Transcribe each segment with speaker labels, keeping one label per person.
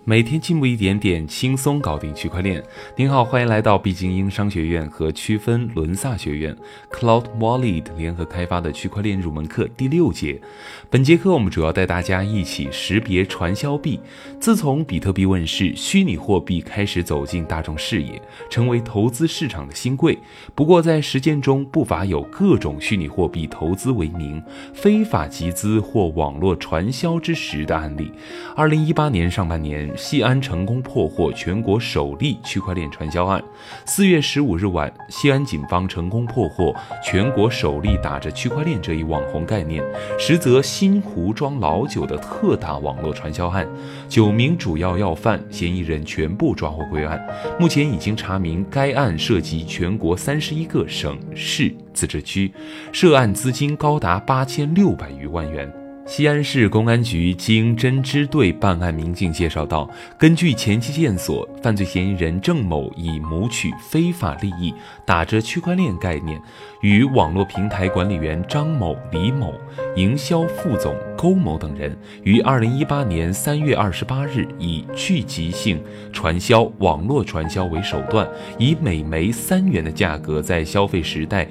Speaker 1: 每天进步一点点，轻松搞定区块链。您好，欢迎来到毕精英商学院和区分伦萨学院 Cloud Wallet 联合开发的区块链入门课第6节。本节课我们主要带大家一起识别传销币。自从比特币问世，虚拟货币开始走进大众视野，成为投资市场的新贵。不过在实践中，不乏有各种虚拟货币投资为名，非法集资或网络传销之实的案例。2018年上半年，西安成功破获全国首例区块链传销案。4月15日晚，西安警方成功破获全国首例打着区块链这一网红概念，实则新壶装老酒的特大网络传销案。9名主要要犯嫌疑人全部抓获归案，目前已经查明该案涉及全国31个省市自治区，涉案资金高达8600余万元。西安市公安局经侦支队办案民警介绍到，根据前期线索，犯罪嫌疑人郑某以谋取非法利益，打着区块链概念，与网络平台管理员张某、李某、营销副总勾某等人于2018年3月28日以聚集性传销、网络传销为手段，以每枚3元的价格在消费时代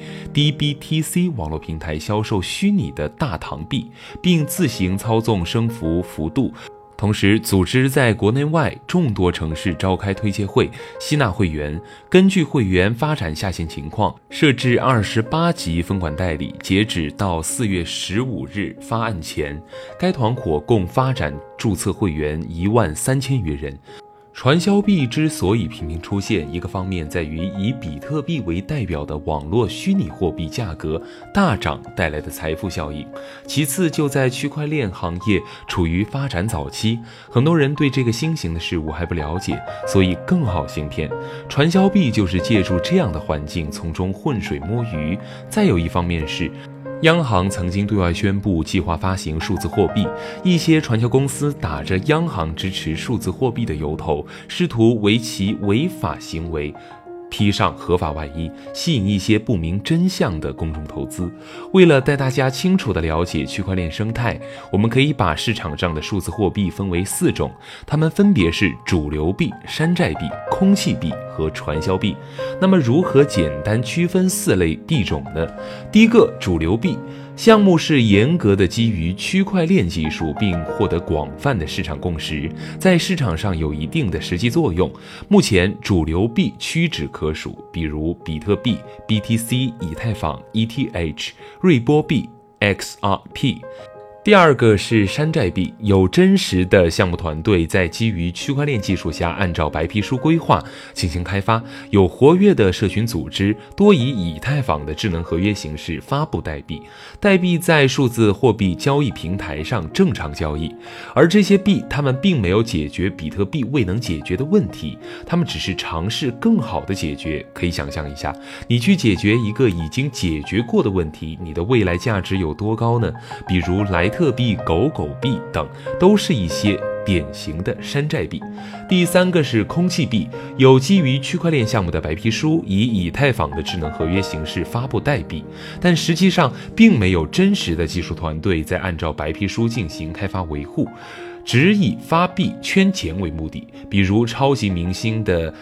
Speaker 1: DBTC 网络平台销售虚拟的大唐币，并自行操纵升幅幅度，同时组织在国内外众多城市召开推介会，吸纳会员，根据会员发展下线情况，设置28级分管代理。截止到4月15日发案前，该团伙共发展注册会员13000余人。传销币之所以频频出现，一个方面在于以比特币为代表的网络虚拟货币价格大涨带来的财富效应，其次就在区块链行业处于发展早期，很多人对这个新型的事物还不了解，所以更好行骗。传销币就是借助这样的环境从中浑水摸鱼。再有一方面是央行曾经对外宣布计划发行数字货币，一些传销公司打着央行支持数字货币的由头，试图为其违法行为披上合法外衣，吸引一些不明真相的公众投资。为了带大家清楚地了解区块链生态，我们可以把市场上的数字货币分为4种，它们分别是主流币、山寨币、空气币和传销币。那么如何简单区分4类币种呢？第一个，主流币项目是严格的基于区块链技术，并获得广泛的市场共识，在市场上有一定的实际作用。目前主流币屈指可数，比如比特币、BTC、以太坊、ETH、瑞波币、XRP。第二个是山寨币，有真实的项目团队在基于区块链技术下按照白皮书规划进行开发，有活跃的社群组织，多以以太坊的智能合约形式发布代币，代币在数字货币交易平台上正常交易。而这些币他们并没有解决比特币未能解决的问题，他们只是尝试更好的解决。可以想象一下，你去解决一个已经解决过的问题，你的未来价值有多高呢？比如莱特币、狗狗币等都是一些典型的山寨币。第3个是空气币，有基于区块链项目的白皮书，以以太坊的智能合约形式发布代币，但实际上并没有真实的技术团队在按照白皮书进行开发维护，只以发币圈钱为目的。比如超级明星的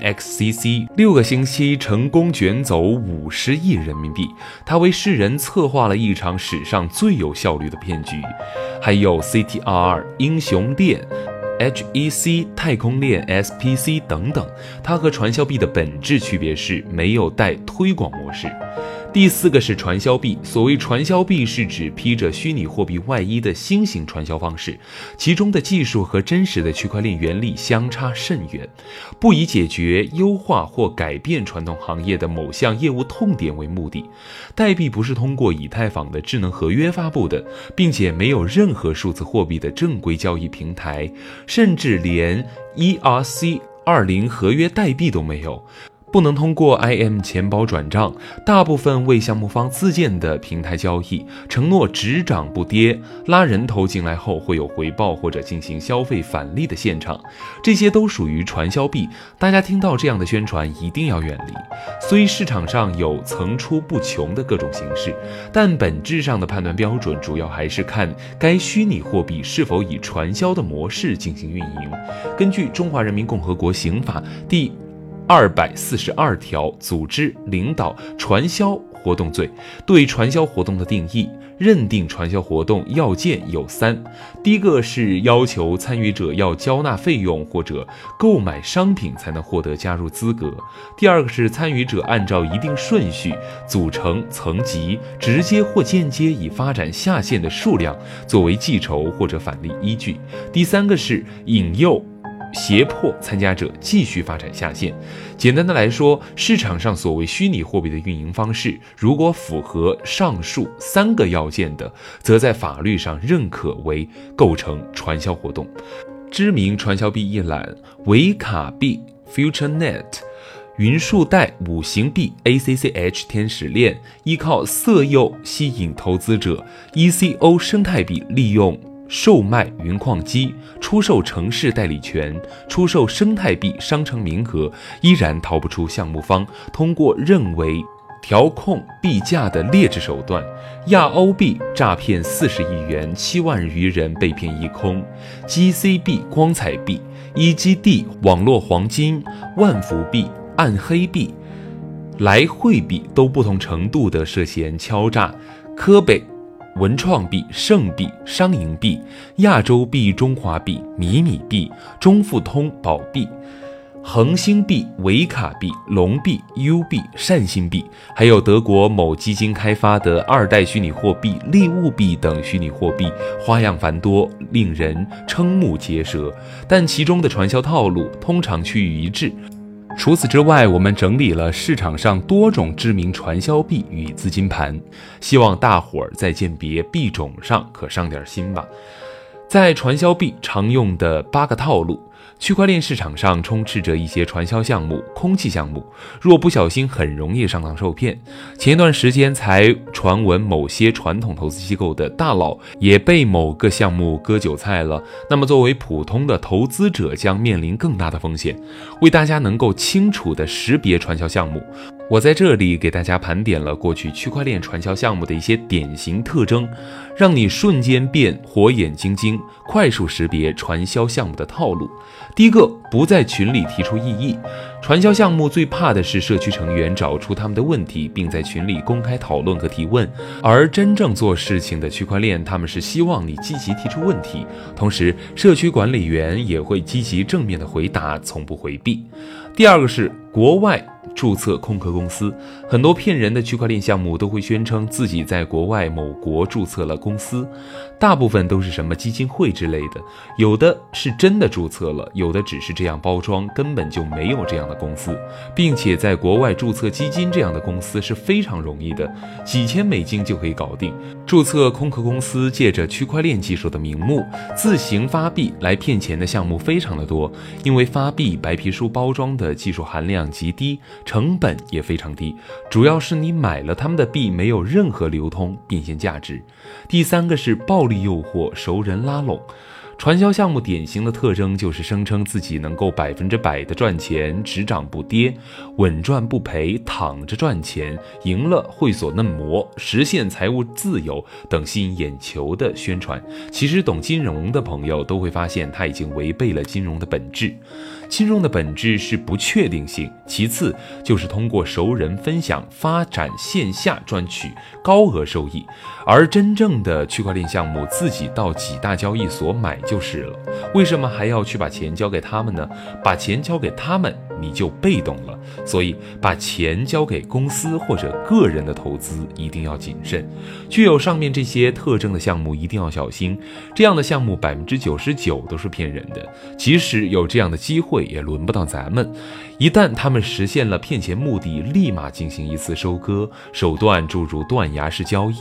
Speaker 1: MXCC 6个星期成功卷走50亿人民币，他为世人策划了一场史上最有效率的骗局。还有 CTR 英雄链、HEC 太空链、SPC 等等，它和传销币的本质区别是没有带推广模式。第4个是传销币，所谓传销币是指披着虚拟货币外衣的新型传销方式，其中的技术和真实的区块链原理相差甚远，不以解决、优化或改变传统行业的某项业务痛点为目的。代币不是通过以太坊的智能合约发布的，并且没有任何数字货币的正规交易平台，甚至连 ERC20 合约代币都没有。 不能通过 IM 钱包转账，大部分为项目方自建的平台交易，承诺只涨不跌，拉人头进来后会有回报或者进行消费返利的现场，这些都属于传销币，大家听到这样的宣传一定要远离。虽市场上有层出不穷的各种形式，但本质上的判断标准主要还是看该虚拟货币是否以传销的模式进行运营。根据《中华人民共和国刑法》第242条，组织领导传销活动罪，对传销活动的定义，认定传销活动要件有三：第一个是要求参与者要交纳费用或者购买商品才能获得加入资格；第二个是参与者按照一定顺序组成层级，直接或间接以发展下线的数量作为计酬或者返利依据；第三个是引诱胁迫参加者继续发展下线。简单的来说，市场上所谓虚拟货币的运营方式，如果符合上述三个要件的，则在法律上认可为构成传销活动。知名传销币一览：维卡币 FutureNet、云数贷五行币 ACCH 天使链，依靠色诱吸引投资者； ECO 生态币利用售卖云矿机，出售城市代理权，出售生态币商城名额，依然逃不出项目方通过认为调控币价的劣质手段。亚欧币诈骗40亿元，7万余人被骗一空。GCB 光彩币、EGD 网络黄金、万福币、暗黑币、来汇币都不同程度的涉嫌敲诈。科北文创币、盛币、商银币、亚洲币、中华币、米米币、中富通宝币、恒星币、维卡币、龙币、U 币、善心币，还有德国某基金开发的2代虚拟货币利物币等虚拟货币，花样繁多，令人瞠目结舌，但其中的传销套路通常趋于一致。除此之外，我们整理了市场上多种知名传销币与资金盘，希望大伙儿在鉴别币种上可上点心吧。在传销币常用的8个套路，区块链市场上充斥着一些传销项目、空气项目，若不小心很容易上当受骗。前一段时间才传闻某些传统投资机构的大佬也被某个项目割韭菜了，那么作为普通的投资者将面临更大的风险。为大家能够清楚地识别传销项目，我在这里给大家盘点了过去区块链传销项目的一些典型特征，让你瞬间变火眼金睛，快速识别传销项目的套路。第一个，不在群里提出异议。传销项目最怕的是社区成员找出他们的问题，并在群里公开讨论和提问，而真正做事情的区块链，他们是希望你积极提出问题，同时社区管理员也会积极正面的回答，从不回避。第二个是国外注册空壳公司，很多骗人的区块链项目都会宣称自己在国外某国注册了公司，大部分都是什么基金会之类的，有的是真的注册了，有的只是这样包装，根本就没有这样的公司。并且在国外注册基金这样的公司是非常容易的，几千美金就可以搞定。注册空壳公司借着区块链技术的名目自行发币来骗钱的项目非常的多，因为发币白皮书包装的技术含量极低，成本也非常低，主要是你买了他们的币没有任何流通变现价值。第三个是暴力诱惑，熟人拉拢。传销项目典型的特征就是声称自己能够100%的赚钱，只涨不跌，稳赚不赔，躺着赚钱，赢了会所嫩模，实现财务自由等吸引眼球的宣传。其实懂金融的朋友都会发现，它已经违背了金融的本质。金融的本质是不确定性，其次就是通过熟人分享发展线下赚取高额收益，而真正的区块链项目自己到几大交易所买就是了，为什么还要去把钱交给他们呢？把钱交给他们，你就被动了。所以把钱交给公司或者个人的投资一定要谨慎。具有上面这些特征的项目一定要小心，这样的项目99%都是骗人的，即使有这样的机会也轮不到咱们。一旦他们实现了骗钱目的，立马进行一次收割，手段诸如断崖式交易、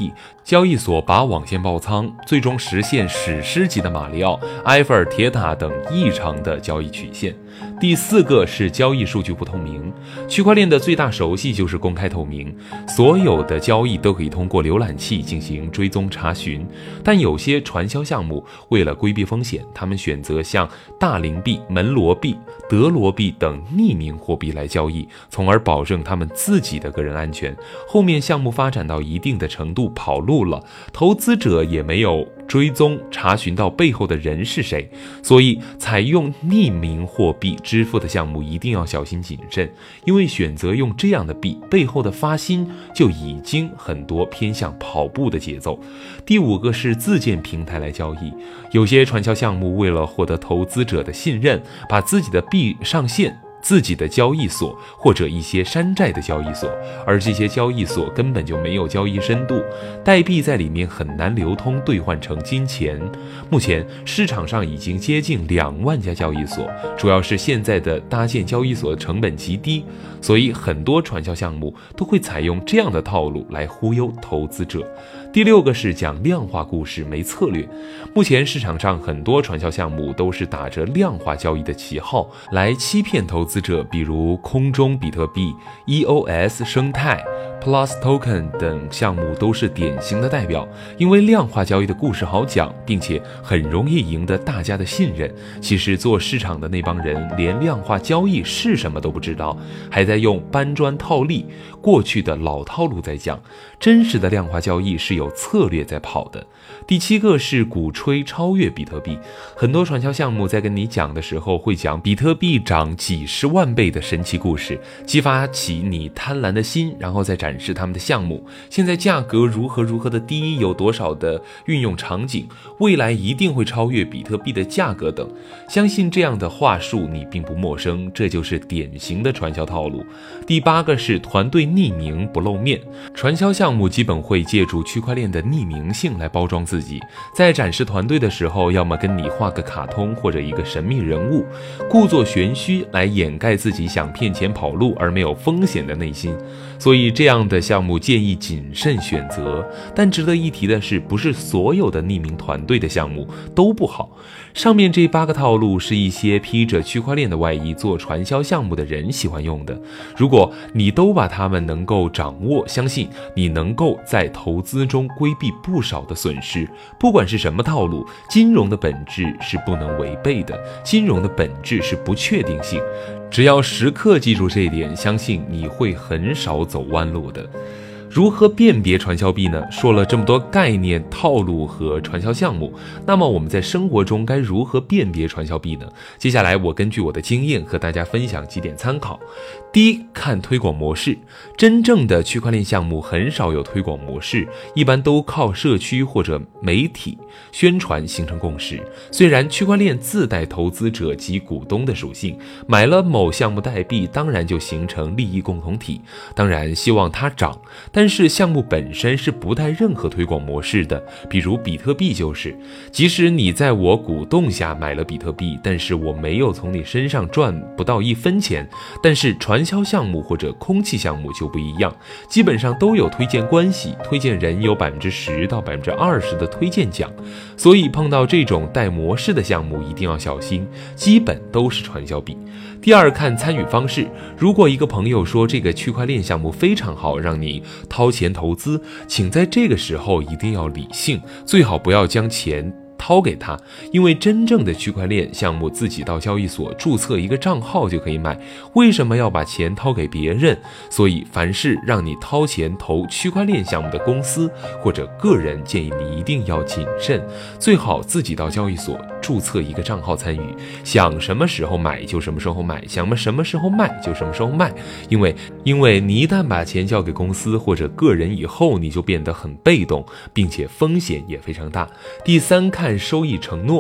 Speaker 1: 交易所把网线爆仓，最终实现史诗级的马里奥、埃菲尔铁塔等异常的交易曲线。第4个是交易数据不透明。区块链的最大熟悉就是公开透明，所有的交易都可以通过浏览器进行追踪查询。但有些传销项目为了规避风险，他们选择像大灵币、门罗币、德罗币等匿名货币来交易，从而保证他们自己的个人安全。后面项目发展到一定的程度跑路了，投资者也没有追踪查询到背后的人是谁，所以采用匿名货币支付的项目一定要小心谨慎，因为选择用这样的币，背后的发心就已经很多偏向跑步的节奏。第5个是自建平台来交易，有些传销项目为了获得投资者的信任，把自己的币上线自己的交易所或者一些山寨的交易所，而这些交易所根本就没有交易深度，代币在里面很难流通兑换成金钱。目前市场上已经接近2万家交易所，主要是现在的搭建交易所的成本极低，所以很多传销项目都会采用这样的套路来忽悠投资者。第6个是讲量化故事没策略。目前市场上很多传销项目都是打着量化交易的旗号来欺骗投资者，比如空中比特币、EOS 生态、Plus Token 等项目都是典型的代表。因为量化交易的故事好讲，并且很容易赢得大家的信任，其实做市场的那帮人连量化交易是什么都不知道，还在用搬砖套利过去的老套路在讲。真实的量化交易是有策略在跑的。第7个是鼓吹超越比特币。很多传销项目在跟你讲的时候会讲比特币涨几十万倍的神奇故事，激发起你贪婪的心，然后再展示他们的项目，现在价格如何的低，有多少的运用场景，未来一定会超越比特币的价格等。相信这样的话术你并不陌生，这就是典型的传销套路。第8个是团队匿名不露面。传销项目基本会借助区块链的匿名性来包装自己，在展示团队的时候，要么跟你画个卡通或者一个神秘人物，故作玄虚来掩盖自己想骗钱跑路而没有风险的内心。所以这样的项目建议谨慎选择。但值得一提的是，不是所有的匿名团队的项目都不好。上面这8个套路是一些披着区块链的外衣做传销项目的人喜欢用的，如果你都把它们能够掌握，相信你能够在投资中规避不少的损失。不管是什么套路，金融的本质是不能违背的，金融的本质是不确定性。只要时刻记住这一点，相信你会很少走弯路的。如何辨别传销币呢？说了这么多概念、套路和传销项目，那么我们在生活中该如何辨别传销币呢？接下来我根据我的经验和大家分享几点参考。第一，看推广模式。真正的区块链项目很少有推广模式，一般都靠社区或者媒体宣传形成共识。虽然区块链自带投资者及股东的属性，买了某项目代币，当然就形成利益共同体，当然希望它涨，但是项目本身是不带任何推广模式的。比如比特币就是，即使你在我鼓动下买了比特币，但是我没有从你身上赚不到1分钱。但是传销项目或者空气项目就不一样，基本上都有推荐关系，推荐人有10%到20%的推荐奖，所以碰到这种带模式的项目一定要小心，基本都是传销币。第二，看参与方式。如果一个朋友说这个区块链项目非常好，让你掏钱投资，请在这个时候一定要理性，最好不要将钱掏给他，因为真正的区块链项目自己到交易所注册一个账号就可以买，为什么要把钱掏给别人？所以凡是让你掏钱投区块链项目的公司或者个人，建议你一定要谨慎，最好自己到交易所注册一个账号参与，想什么时候买就什么时候买，想什么时候卖就什么时候卖。因为你一旦把钱交给公司或者个人以后，你就变得很被动，并且风险也非常大。第三，看收益承诺。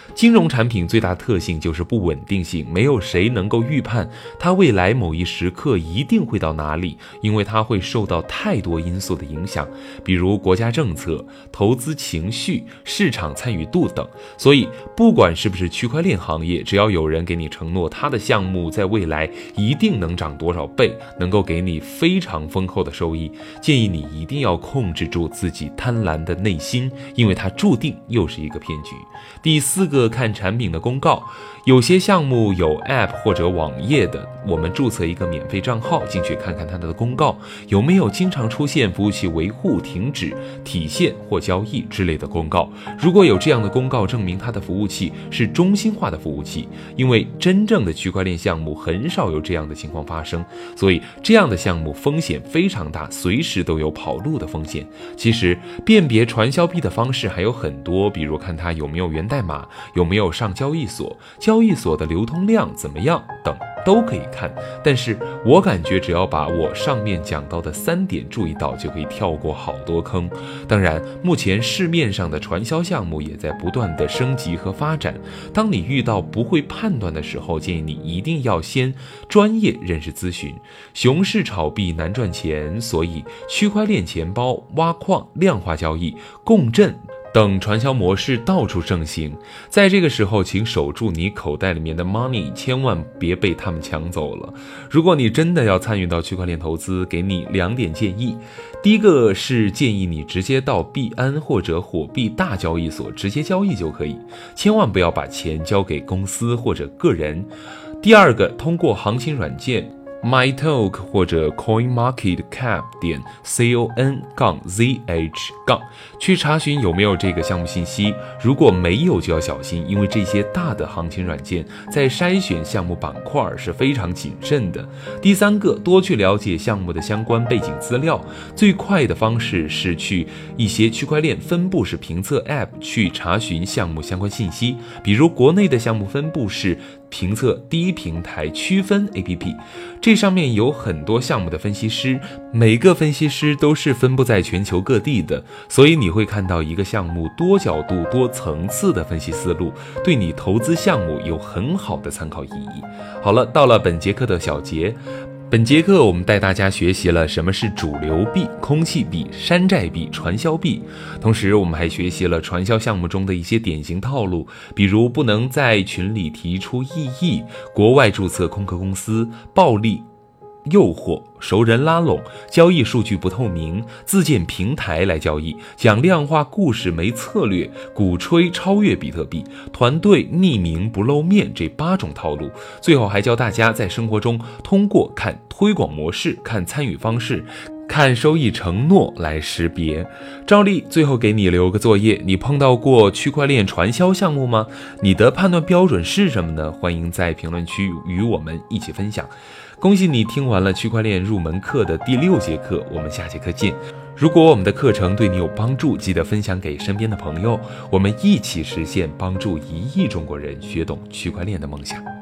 Speaker 1: 金融产品最大特性就是不稳定性，没有谁能够预判它未来某一时刻一定会到哪里，因为它会受到太多因素的影响，比如国家政策、投资情绪、市场参与度等。所以不管是不是区块链行业，只要有人给你承诺他的项目在未来一定能涨多少倍，能够给你非常丰厚的收益，建议你一定要控制住自己贪婪的内心，因为它注定又是一个骗局。第4个，看产品的公告。有些项目有 App 或者网页的，我们注册一个免费账号进去看看它的公告，有没有经常出现服务器维护、停止、体现或交易之类的公告。如果有这样的公告，证明它的服务器是中心化的服务器，因为真正的区块链项目很少有这样的情况发生，所以这样的项目风险非常大，随时都有跑路的风险。其实辨别传销币的方式还有很多，比如看它有没有源代码，有没有上交易所，交易所的流通量怎么样等都可以看。但是我感觉只要把我上面讲到的3点注意到，就可以跳过好多坑。当然，目前市面上的传销项目也在不断的升级和发展，当你遇到不会判断的时候，建议你一定要先专业认识咨询。熊市炒币难赚钱，所以区块链钱包、挖矿、量化交易、共振等传销模式到处盛行，在这个时候，请守住你口袋里面的 money， 千万别被他们抢走了。如果你真的要参与到区块链投资，给你2点建议。第一个是建议你直接到币安或者火币大交易所直接交易就可以，千万不要把钱交给公司或者个人。第二个，通过行情软件MyTalk 或者 CoinMarketCap.com/zh 去查询有没有这个项目信息，如果没有就要小心，因为这些大的行情软件在筛选项目板块是非常谨慎的。第3个，多去了解项目的相关背景资料，最快的方式是去一些区块链分布式评测 App 去查询项目相关信息，比如国内的项目分布式评测第一平台区分 APP， 这上面有很多项目的分析师，每个分析师都是分布在全球各地的，所以你会看到一个项目多角度、多层次的分析思路，对你投资项目有很好的参考意义。好了，到了本节课的小结。本节课我们带大家学习了什么是主流币、空气币、山寨币、传销币，同时我们还学习了传销项目中的一些典型套路，比如不能在群里提出异议、国外注册空壳公司、暴力诱惑、熟人拉拢、交易数据不透明、自建平台来交易、讲量化故事没策略、鼓吹超越比特币、团队匿名不露面这8种套路。最后还教大家在生活中通过看推广模式、看参与方式、看收益承诺来识别。照例最后给你留个作业，你碰到过区块链传销项目吗？你的判断标准是什么呢？欢迎在评论区与我们一起分享。恭喜你听完了区块链入门课的第6节课，我们下节课见。如果我们的课程对你有帮助，记得分享给身边的朋友，我们一起实现帮助1亿中国人学懂区块链的梦想。